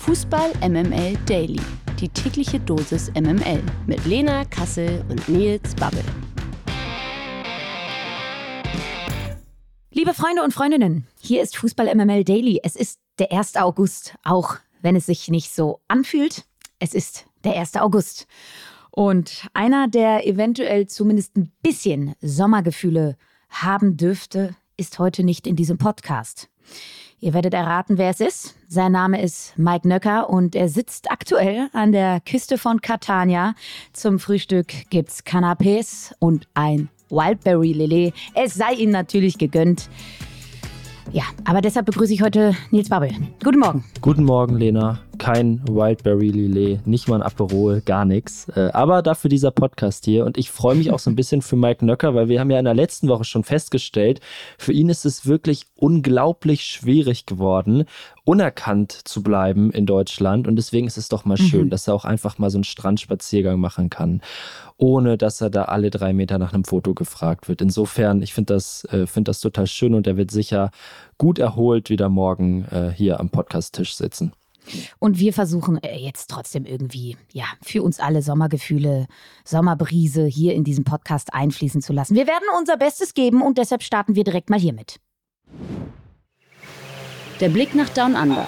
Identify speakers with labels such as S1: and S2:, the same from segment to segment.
S1: Fußball MML Daily. Die tägliche Dosis MML mit Lena Kassel und Nils Babbel.
S2: Liebe Freunde und Freundinnen, hier ist Fußball MML Daily. Es ist der 1. August, auch wenn es sich nicht so anfühlt. Es ist der 1. August. Und einer, der eventuell zumindest ein bisschen Sommergefühle haben dürfte, ist heute nicht in diesem Podcast. Ihr werdet erraten, wer es ist. Sein Name ist Mike Nöcker und er sitzt aktuell an der Küste von Catania. Zum Frühstück gibt's Canapés und ein Wildberry-Lillet. Es sei ihm natürlich gegönnt. Ja, aber deshalb begrüße ich heute Nils Babbel. Guten Morgen.
S3: Guten Morgen, Lena. Kein Wildberry-Lillet, nicht mal ein Aperol, gar nichts. Aber dafür dieser Podcast hier. Und ich freue mich auch so ein bisschen für Mike Nöcker, weil wir haben ja in der letzten Woche schon festgestellt, für ihn ist es wirklich unglaublich schwierig geworden, unerkannt zu bleiben in Deutschland. Und deswegen ist es doch mal schön, dass er auch einfach mal so einen Strandspaziergang machen kann, ohne dass er da alle 3 Meter nach einem Foto gefragt wird. Insofern, ich finde das total schön und er wird sicher gut erholt wieder morgen hier am Podcast-Tisch sitzen.
S2: Und wir versuchen jetzt trotzdem irgendwie, ja, für uns alle Sommergefühle, Sommerbrise hier in diesem Podcast einfließen zu lassen. Wir werden unser Bestes geben und deshalb starten wir direkt mal hiermit.
S1: Der Blick nach Down Under.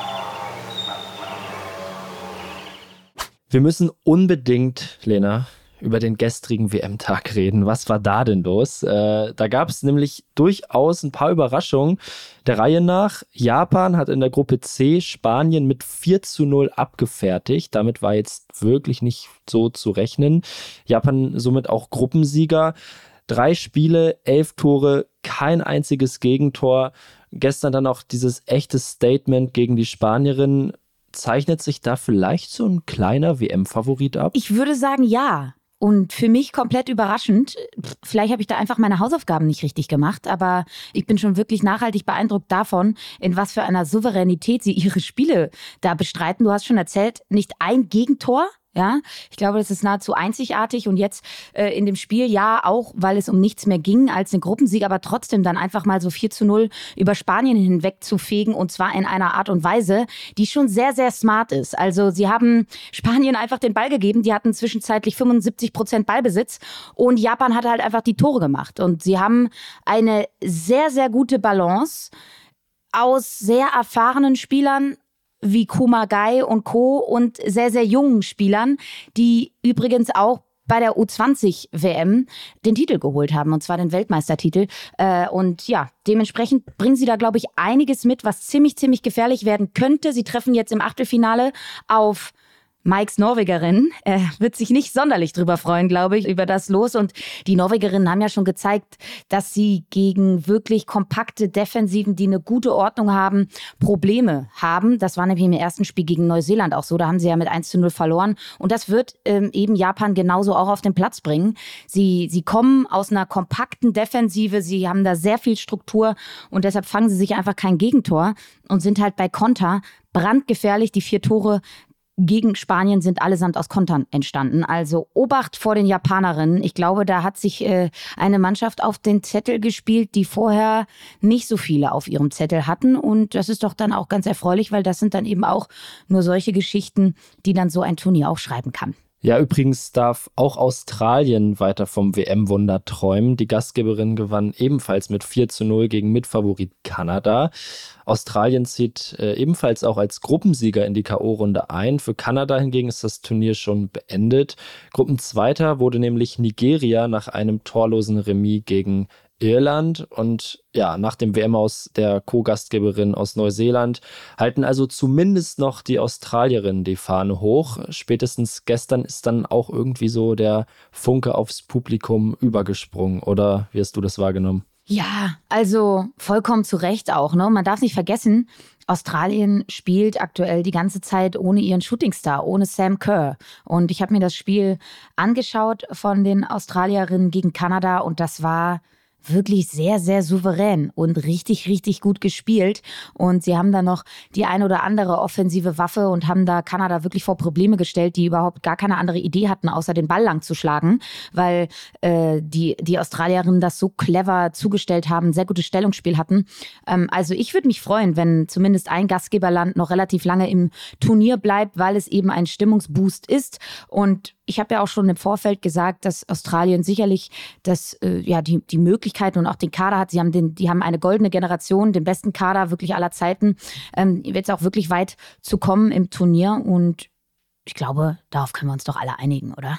S3: Wir müssen unbedingt, Lena, über den gestrigen WM-Tag reden. Was war da denn los? Da gab es nämlich durchaus ein paar Überraschungen. Der Reihe nach, Japan hat in der Gruppe C Spanien mit 4:0 abgefertigt. Damit war jetzt wirklich nicht so zu rechnen. Japan somit auch Gruppensieger. 3 Spiele, 11 Tore, kein einziges Gegentor. Gestern dann auch dieses echte Statement gegen die Spanierinnen. Zeichnet sich da vielleicht so ein kleiner WM-Favorit ab?
S2: Ich würde sagen, ja. Und für mich komplett überraschend. Vielleicht habe ich da einfach meine Hausaufgaben nicht richtig gemacht, aber ich bin schon wirklich nachhaltig beeindruckt davon, in was für einer Souveränität sie ihre Spiele da bestreiten. Du hast schon erzählt, nicht ein Gegentor. Ja, ich glaube, das ist nahezu einzigartig und jetzt in dem Spiel ja auch, weil es um nichts mehr ging als den Gruppensieg, aber trotzdem dann einfach mal so 4:0 über Spanien hinweg zu fegen und zwar in einer Art und Weise, die schon sehr, sehr smart ist. Also sie haben Spanien einfach den Ball gegeben, die hatten zwischenzeitlich 75% Ballbesitz und Japan hat halt einfach die Tore gemacht und sie haben eine sehr, sehr gute Balance aus sehr erfahrenen Spielern wie Kumagai und Co. und sehr, sehr jungen Spielern, die übrigens auch bei der U20-WM den Titel geholt haben, und zwar den Weltmeistertitel. Und ja, dementsprechend bringen sie da, glaube ich, einiges mit, was ziemlich, ziemlich gefährlich werden könnte. Sie treffen jetzt im Achtelfinale auf Mikes Norwegerin. Er wird sich nicht sonderlich drüber freuen, glaube ich, über das Los. Und die Norwegerinnen haben ja schon gezeigt, dass sie gegen wirklich kompakte Defensiven, die eine gute Ordnung haben, Probleme haben. Das war nämlich im ersten Spiel gegen Neuseeland auch so. Da haben sie ja mit 1:0 verloren. Und das wird eben Japan genauso auch auf den Platz bringen. Sie kommen aus einer kompakten Defensive. Sie haben da sehr viel Struktur. Und deshalb fangen sie sich einfach kein Gegentor und sind halt bei Konter brandgefährlich. Die 4 Tore gegen Spanien sind allesamt aus Kontern entstanden. Also Obacht vor den Japanerinnen. Ich glaube, da hat sich eine Mannschaft auf den Zettel gespielt, die vorher nicht so viele auf ihrem Zettel hatten. Und das ist doch dann auch ganz erfreulich, weil das sind dann eben auch nur solche Geschichten, die dann so ein Turnier auch schreiben kann.
S3: Ja, übrigens darf auch Australien weiter vom WM-Wunder träumen. Die Gastgeberin gewann ebenfalls mit 4:0 gegen Mitfavorit Kanada. Australien zieht ebenfalls auch als Gruppensieger in die K.O.-Runde ein. Für Kanada hingegen ist das Turnier schon beendet. Gruppenzweiter wurde nämlich Nigeria nach einem torlosen Remis gegen Irland und ja, nach dem WM-Aus der Co-Gastgeberin aus Neuseeland halten also zumindest noch die Australierinnen die Fahne hoch. Spätestens gestern ist dann auch irgendwie so der Funke aufs Publikum übergesprungen, oder wie hast du das wahrgenommen?
S2: Ja, also vollkommen zu Recht auch, ne? Man darf nicht vergessen, Australien spielt aktuell die ganze Zeit ohne ihren Shootingstar, ohne Sam Kerr. Und ich habe mir das Spiel angeschaut von den Australierinnen gegen Kanada und das war wirklich sehr, sehr souverän und richtig, richtig gut gespielt. Und sie haben da noch die ein oder andere offensive Waffe und haben da Kanada wirklich vor Probleme gestellt, die überhaupt gar keine andere Idee hatten, außer den Ball lang zu schlagen, weil die Australierinnen das so clever zugestellt haben, ein sehr gutes Stellungsspiel hatten. Also ich würde mich freuen, wenn zumindest ein Gastgeberland noch relativ lange im Turnier bleibt, weil es eben ein Stimmungsboost ist. Und ich habe ja auch schon im Vorfeld gesagt, dass Australien sicherlich die Möglichkeiten und auch den Kader hat. Die haben eine goldene Generation, den besten Kader wirklich aller Zeiten, jetzt auch wirklich weit zu kommen im Turnier. Und ich glaube, darauf können wir uns doch alle einigen, oder?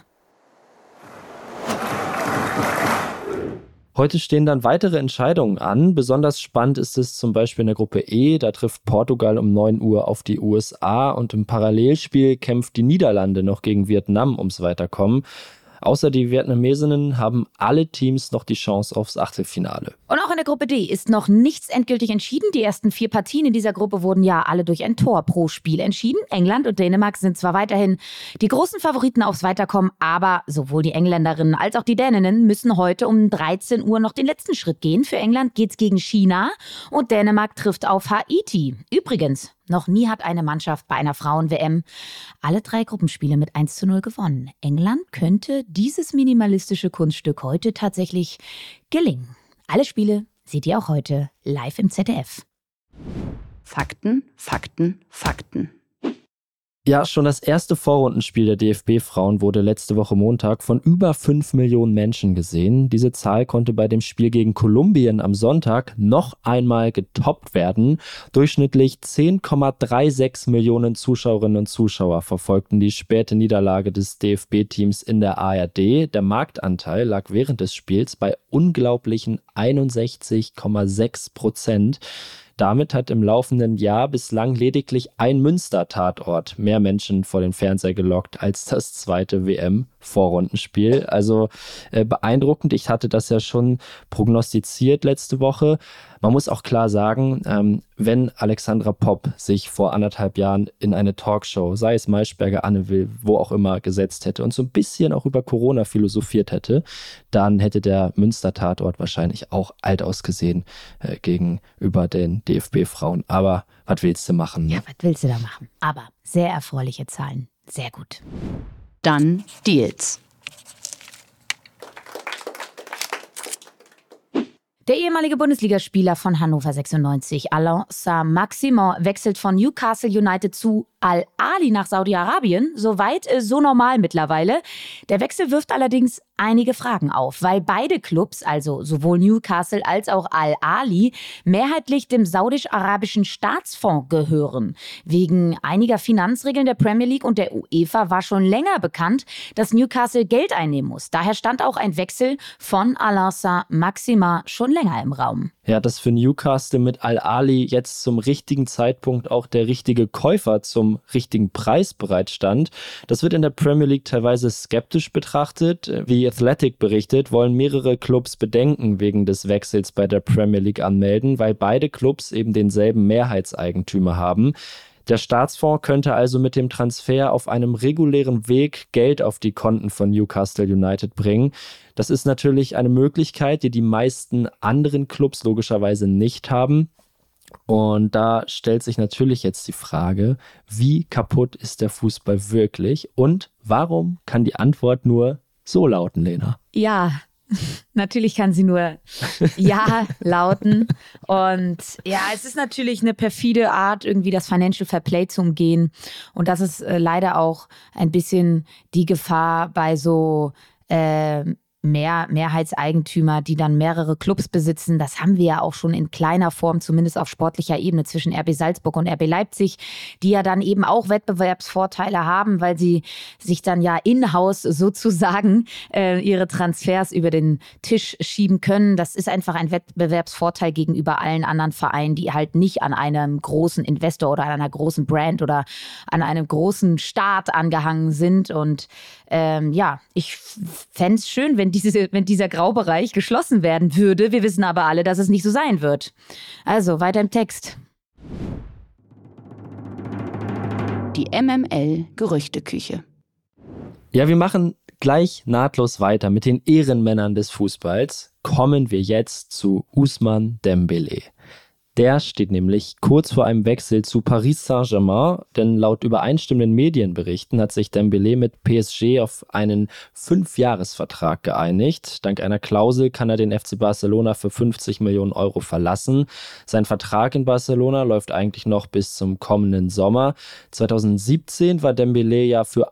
S3: Heute stehen dann weitere Entscheidungen an. Besonders spannend ist es zum Beispiel in der Gruppe E. Da trifft Portugal um 9 Uhr auf die USA und im Parallelspiel kämpft die Niederlande noch gegen Vietnam ums Weiterkommen. Außer die Vietnamesinnen haben alle Teams noch die Chance aufs Achtelfinale.
S2: Und auch in der Gruppe D ist noch nichts endgültig entschieden. Die ersten 4 Partien in dieser Gruppe wurden ja alle durch ein Tor pro Spiel entschieden. England und Dänemark sind zwar weiterhin die großen Favoriten aufs Weiterkommen, aber sowohl die Engländerinnen als auch die Däninnen müssen heute um 13 Uhr noch den letzten Schritt gehen. Für England geht's gegen China und Dänemark trifft auf Haiti. Übrigens, noch nie hat eine Mannschaft bei einer Frauen-WM alle 3 Gruppenspiele mit 1:0 gewonnen. England könnte dieses minimalistische Kunststück heute tatsächlich gelingen. Alle Spiele seht ihr auch heute live im ZDF.
S1: Fakten, Fakten, Fakten.
S3: Ja, schon das erste Vorrundenspiel der DFB-Frauen wurde letzte Woche Montag von über 5 Millionen Menschen gesehen. Diese Zahl konnte bei dem Spiel gegen Kolumbien am Sonntag noch einmal getoppt werden. Durchschnittlich 10,36 Millionen Zuschauerinnen und Zuschauer verfolgten die späte Niederlage des DFB-Teams in der ARD. Der Marktanteil lag während des Spiels bei unglaublichen 61,6%. Damit hat im laufenden Jahr bislang lediglich ein Münster-Tatort mehr Menschen vor den Fernseher gelockt als das zweite WM-Vorrundenspiel. Also beeindruckend. Ich hatte das ja schon prognostiziert letzte Woche. Man muss auch klar sagen, wenn Alexandra Popp sich vor 1,5 Jahren in eine Talkshow, sei es Maischberger, Anne Will, wo auch immer, gesetzt hätte und so ein bisschen auch über Corona philosophiert hätte, dann hätte der Münster-Tatort wahrscheinlich auch alt ausgesehen gegenüber den DFB-Frauen. Aber was willst du machen? Ne?
S2: Ja, was willst du da machen? Aber sehr erfreuliche Zahlen. Sehr gut.
S1: Dann Deals.
S2: Der ehemalige Bundesligaspieler von Hannover 96, Alain Saint-Maximin, wechselt von Newcastle United zu Al-Ahli nach Saudi-Arabien. Soweit, so normal mittlerweile. Der Wechsel wirft allerdings einige Fragen auf, weil beide Clubs, also sowohl Newcastle als auch Al-Ahli, mehrheitlich dem saudisch-arabischen Staatsfonds gehören. Wegen einiger Finanzregeln der Premier League und der UEFA war schon länger bekannt, dass Newcastle Geld einnehmen muss. Daher stand auch ein Wechsel von Alain Saint-Maximin schon länger im Raum.
S3: Ja, dass für Newcastle mit Al-Ahli jetzt zum richtigen Zeitpunkt auch der richtige Käufer zum richtigen Preis bereitstand, das wird in der Premier League teilweise skeptisch betrachtet. Wie Athletic berichtet, wollen mehrere Clubs Bedenken wegen des Wechsels bei der Premier League anmelden, weil beide Clubs eben denselben Mehrheitseigentümer haben. Der Staatsfonds könnte also mit dem Transfer auf einem regulären Weg Geld auf die Konten von Newcastle United bringen. Das ist natürlich eine Möglichkeit, die die meisten anderen Clubs logischerweise nicht haben. Und da stellt sich natürlich jetzt die Frage, wie kaputt ist der Fußball wirklich und warum kann die Antwort nur so lauten, Lena?
S2: Ja, natürlich kann sie nur Ja lauten. Und ja, es ist natürlich eine perfide Art, irgendwie das Financial Fair Play zu umgehen. Und das ist leider auch ein bisschen die Gefahr bei so Mehrheitseigentümer, die dann mehrere Clubs besitzen. Das haben wir ja auch schon in kleiner Form, zumindest auf sportlicher Ebene, zwischen RB Salzburg und RB Leipzig, die ja dann eben auch Wettbewerbsvorteile haben, weil sie sich dann ja in-house sozusagen ihre Transfers über den Tisch schieben können. Das ist einfach ein Wettbewerbsvorteil gegenüber allen anderen Vereinen, die halt nicht an einem großen Investor oder an einer großen Brand oder an einem großen Staat angehangen sind. Und ich fände es schön, wenn dieser Graubereich geschlossen werden würde. Wir wissen aber alle, dass es nicht so sein wird. Also, weiter im Text.
S1: Die MML-Gerüchteküche.
S3: Ja, wir machen gleich nahtlos weiter mit den Ehrenmännern des Fußballs. Kommen wir jetzt zu Ousmane Dembélé. Der steht nämlich kurz vor einem Wechsel zu Paris Saint-Germain, denn laut übereinstimmenden Medienberichten hat sich Dembélé mit PSG auf einen 5-Jahres-Vertrag geeinigt. Dank einer Klausel kann er den FC Barcelona für 50 Millionen Euro verlassen. Sein Vertrag in Barcelona läuft eigentlich noch bis zum kommenden Sommer. 2017 war Dembélé ja für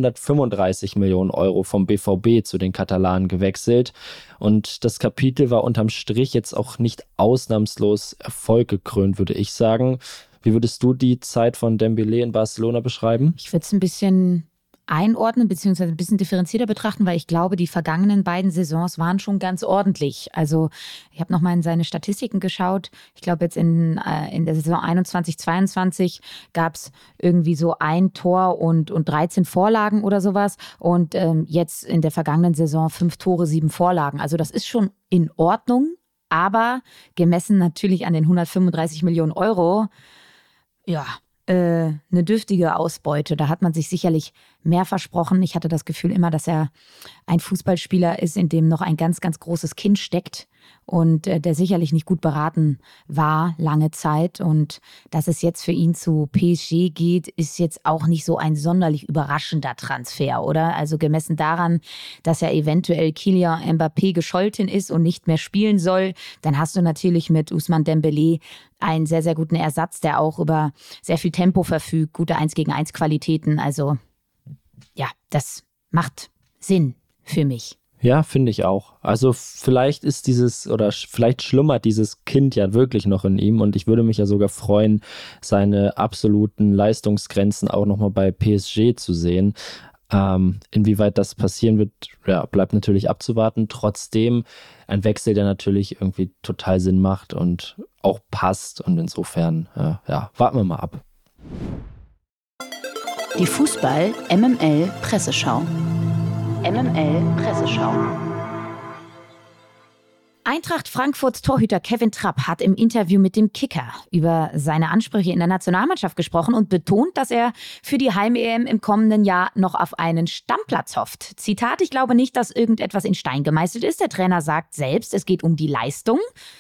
S3: 135 Millionen Euro vom BVB zu den Katalanen gewechselt. Und das Kapitel war unterm Strich jetzt auch nicht ausnahmslos Erfolg gekrönt, würde ich sagen. Wie würdest du die Zeit von Dembélé in Barcelona beschreiben?
S2: Ich würde es ein bisschen einordnen, beziehungsweise ein bisschen differenzierter betrachten, weil ich glaube, die vergangenen beiden Saisons waren schon ganz ordentlich. Also ich habe nochmal in seine Statistiken geschaut. Ich glaube, jetzt in der Saison 21/22 gab es irgendwie so 1 Tor und 13 Vorlagen oder sowas. Und jetzt in der vergangenen Saison 5 Tore, 7 Vorlagen. Also das ist schon in Ordnung, aber gemessen natürlich an den 135 Millionen Euro, ja, eine dürftige Ausbeute. Da hat man sich sicherlich mehr versprochen. Ich hatte das Gefühl immer, dass er ein Fußballspieler ist, in dem noch ein ganz, ganz großes Kind steckt und der sicherlich nicht gut beraten war lange Zeit. Und dass es jetzt für ihn zu PSG geht, ist jetzt auch nicht so ein sonderlich überraschender Transfer, oder? Also gemessen daran, dass er eventuell Kylian Mbappé gescholten ist und nicht mehr spielen soll, dann hast du natürlich mit Ousmane Dembélé einen sehr, sehr guten Ersatz, der auch über sehr viel Tempo verfügt, gute 1-gegen-1 Qualitäten. Also ja, das macht Sinn für mich.
S3: Ja, finde ich auch. Also vielleicht ist vielleicht schlummert dieses Kind ja wirklich noch in ihm und ich würde mich ja sogar freuen, seine absoluten Leistungsgrenzen auch nochmal bei PSG zu sehen. Inwieweit das passieren wird, ja, bleibt natürlich abzuwarten. Trotzdem ein Wechsel, der natürlich irgendwie total Sinn macht und auch passt. Und insofern, warten wir mal ab.
S1: Die Fußball-MML-Presseschau. MML-Presseschau.
S2: Eintracht Frankfurts Torhüter Kevin Trapp hat im Interview mit dem Kicker über seine Ansprüche in der Nationalmannschaft gesprochen und betont, dass er für die Heim-EM im kommenden Jahr noch auf einen Stammplatz hofft. Zitat: Ich glaube nicht, dass irgendetwas in Stein gemeißelt ist. Der Trainer sagt selbst, es geht um die Leistung.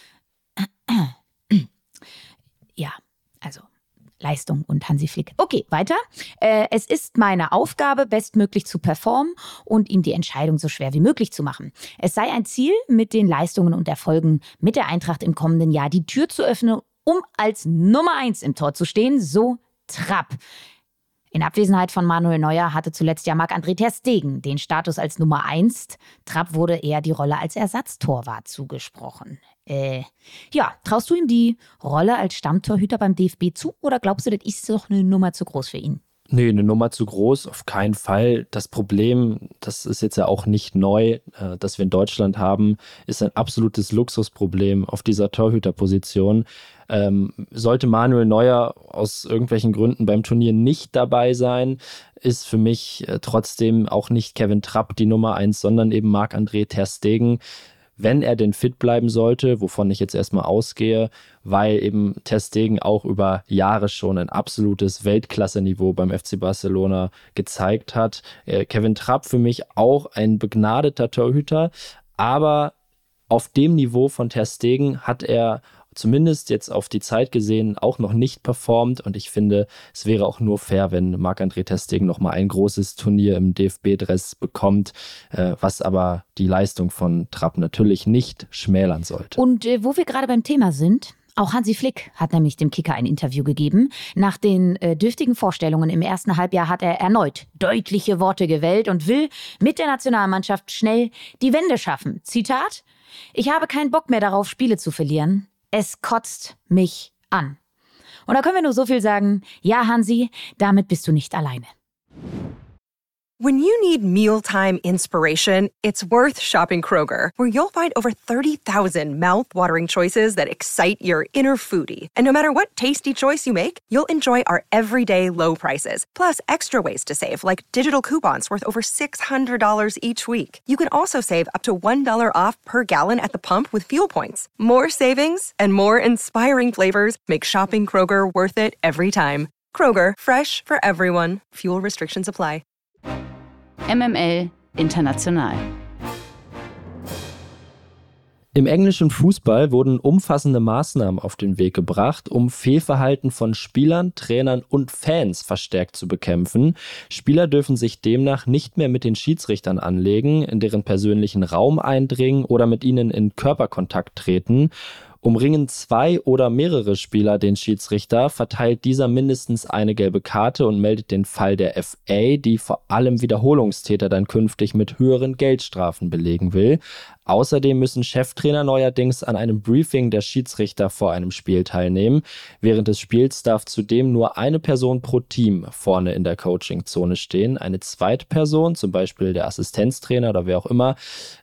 S2: Ja, also Leistung und Hansi Flick. Okay, weiter. Es ist meine Aufgabe, bestmöglich zu performen und ihm die Entscheidung so schwer wie möglich zu machen. Es sei ein Ziel, mit den Leistungen und Erfolgen mit der Eintracht im kommenden Jahr die Tür zu öffnen, um als Nummer 1 im Tor zu stehen, so Trapp. In Abwesenheit von Manuel Neuer hatte zuletzt ja Marc-André ter Stegen den Status als Nummer 1. Trapp wurde eher die Rolle als Ersatztorwart zugesprochen. Traust du ihm die Rolle als Stammtorhüter beim DFB zu oder glaubst du, das ist doch eine Nummer zu groß für ihn?
S3: Nee, eine Nummer zu groß, auf keinen Fall. Das Problem, das ist jetzt ja auch nicht neu, das wir in Deutschland haben, ist ein absolutes Luxusproblem auf dieser Torhüterposition. Sollte Manuel Neuer aus irgendwelchen Gründen beim Turnier nicht dabei sein, ist für mich trotzdem auch nicht Kevin Trapp die Nummer 1, sondern eben Marc-André ter Stegen. Wenn er denn fit bleiben sollte, wovon ich jetzt erstmal ausgehe, weil eben ter Stegen auch über Jahre schon ein absolutes Weltklasse-Niveau beim FC Barcelona gezeigt hat. Kevin Trapp für mich auch ein begnadeter Torhüter, aber auf dem Niveau von ter Stegen hat er zumindest jetzt auf die Zeit gesehen auch noch nicht performt und ich finde, es wäre auch nur fair, wenn Marc-André ter Stegen noch mal ein großes Turnier im DFB-Dress bekommt, was aber die Leistung von Trapp natürlich nicht schmälern sollte.
S2: Und wo wir gerade beim Thema sind, auch Hansi Flick hat nämlich dem Kicker ein Interview gegeben. Nach den dürftigen Vorstellungen im ersten Halbjahr hat er erneut deutliche Worte gewählt und will mit der Nationalmannschaft schnell die Wende schaffen. Zitat: Ich habe keinen Bock mehr darauf, Spiele zu verlieren. Es kotzt mich an. Und da können wir nur so viel sagen: Ja, Hansi, damit bist du nicht alleine.
S4: When you need mealtime inspiration, it's worth shopping Kroger, where you'll find over 30,000 mouth-watering choices that excite your inner foodie. And no matter what tasty choice you make, you'll enjoy our everyday low prices, plus extra ways to save, like digital coupons worth over $600 each week. You can also save up to $1 off per gallon at the pump with fuel points. More savings and more inspiring flavors make shopping Kroger worth it every time. Kroger, fresh for everyone. Fuel restrictions apply.
S1: MML International.
S3: Im englischen Fußball wurden umfassende Maßnahmen auf den Weg gebracht, um Fehlverhalten von Spielern, Trainern und Fans verstärkt zu bekämpfen. Spieler dürfen sich demnach nicht mehr mit den Schiedsrichtern anlegen, in deren persönlichen Raum eindringen oder mit ihnen in Körperkontakt treten. Umringen 2 oder mehrere Spieler den Schiedsrichter, verteilt dieser mindestens eine gelbe Karte und meldet den Fall der FA, die vor allem Wiederholungstäter dann künftig mit höheren Geldstrafen belegen will. Außerdem müssen Cheftrainer neuerdings an einem Briefing der Schiedsrichter vor einem Spiel teilnehmen. Während des Spiels darf zudem nur eine Person pro Team vorne in der Coachingzone stehen. Eine zweite Person, zum Beispiel der Assistenztrainer oder wer auch immer,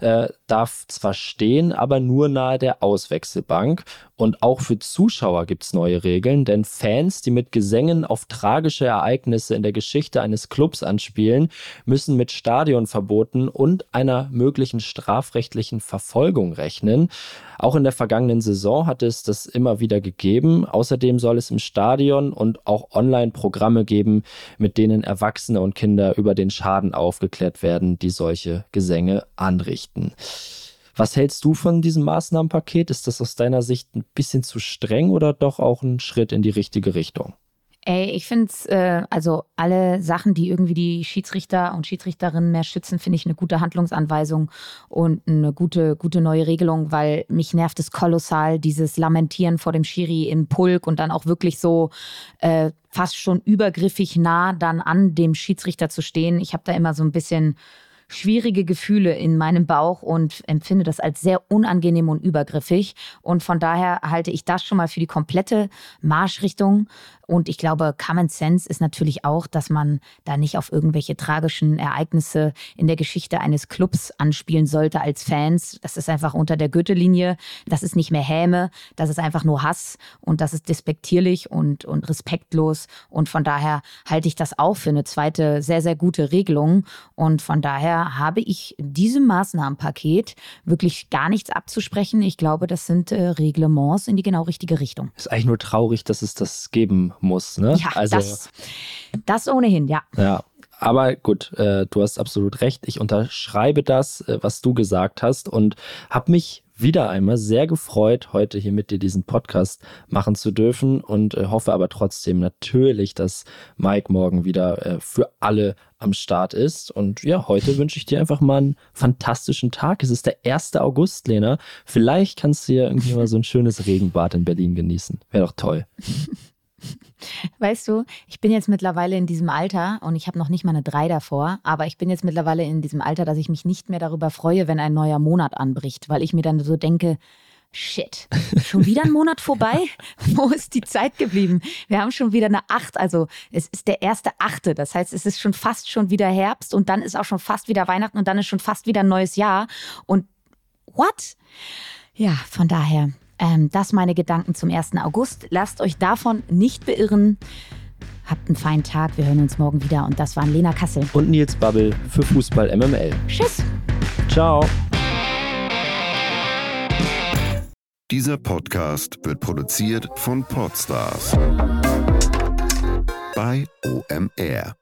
S3: darf zwar stehen, aber nur nahe der Auswechselbank. Und auch für Zuschauer gibt es neue Regeln, denn Fans, die mit Gesängen auf tragische Ereignisse in der Geschichte eines Clubs anspielen, müssen mit Stadionverboten und einer möglichen strafrechtlichen Verfolgung rechnen. Auch in der vergangenen Saison hat es das immer wieder gegeben. Außerdem soll es im Stadion und auch online Programme geben, mit denen Erwachsene und Kinder über den Schaden aufgeklärt werden, die solche Gesänge anrichten. Was hältst du von diesem Maßnahmenpaket? Ist das aus deiner Sicht ein bisschen zu streng oder doch auch ein Schritt in die richtige Richtung?
S2: Ich finde es, also alle Sachen, die irgendwie die Schiedsrichter und Schiedsrichterinnen mehr schützen, finde ich eine gute Handlungsanweisung und eine gute neue Regelung, weil mich nervt es kolossal, dieses Lamentieren vor dem Schiri im Pulk und dann auch wirklich so fast schon übergriffig nah dann an dem Schiedsrichter zu stehen. Ich habe da immer so ein bisschen schwierige Gefühle in meinem Bauch und empfinde das als sehr unangenehm und übergriffig. Und von daher halte ich das schon mal für die komplette Marschrichtung. Und ich glaube, Common Sense ist natürlich auch, dass man da nicht auf irgendwelche tragischen Ereignisse in der Geschichte eines Clubs anspielen sollte als Fans. Das ist einfach unter der Gürtellinie. Das ist nicht mehr Häme, das ist einfach nur Hass und das ist despektierlich und respektlos. Und von daher halte ich das auch für eine zweite sehr, sehr gute Regelung. Und von daher habe ich diesem Maßnahmenpaket wirklich gar nichts abzusprechen. Ich glaube, das sind Reglements in die genau richtige Richtung.
S3: Ist eigentlich nur traurig, dass es das geben muss, ne?
S2: Ja, also, das ohnehin, ja.
S3: Ja, aber gut, du hast absolut recht. Ich unterschreibe das, was du gesagt hast und habe mich wieder einmal sehr gefreut, heute hier mit dir diesen Podcast machen zu dürfen und hoffe aber trotzdem natürlich, dass Mike morgen wieder für alle am Start ist. Und ja, heute wünsche ich dir einfach mal einen fantastischen Tag. Es ist der 1. August, Lena. Vielleicht kannst du ja irgendwie mal so ein schönes Regenbad in Berlin genießen. Wäre doch toll.
S2: Weißt du, ich bin jetzt mittlerweile in diesem Alter und ich habe noch nicht mal eine 3 davor, aber ich bin jetzt mittlerweile in diesem Alter, dass ich mich nicht mehr darüber freue, wenn ein neuer Monat anbricht, weil ich mir dann so denke, shit, schon wieder ein Monat vorbei? Wo ist die Zeit geblieben? Wir haben schon wieder eine 8, also es ist der 1.8., das heißt, es ist schon fast schon wieder Herbst und dann ist auch schon fast wieder Weihnachten und dann ist schon fast wieder ein neues Jahr und what? Ja, von daher... Das meine Gedanken zum 1. August. Lasst euch davon nicht beirren. Habt einen feinen Tag. Wir hören uns morgen wieder. Und das waren Lena Kassel
S3: und Nils Babbel für Fußball MML.
S2: Tschüss.
S3: Ciao.
S5: Dieser Podcast wird produziert von Podstars bei OMR.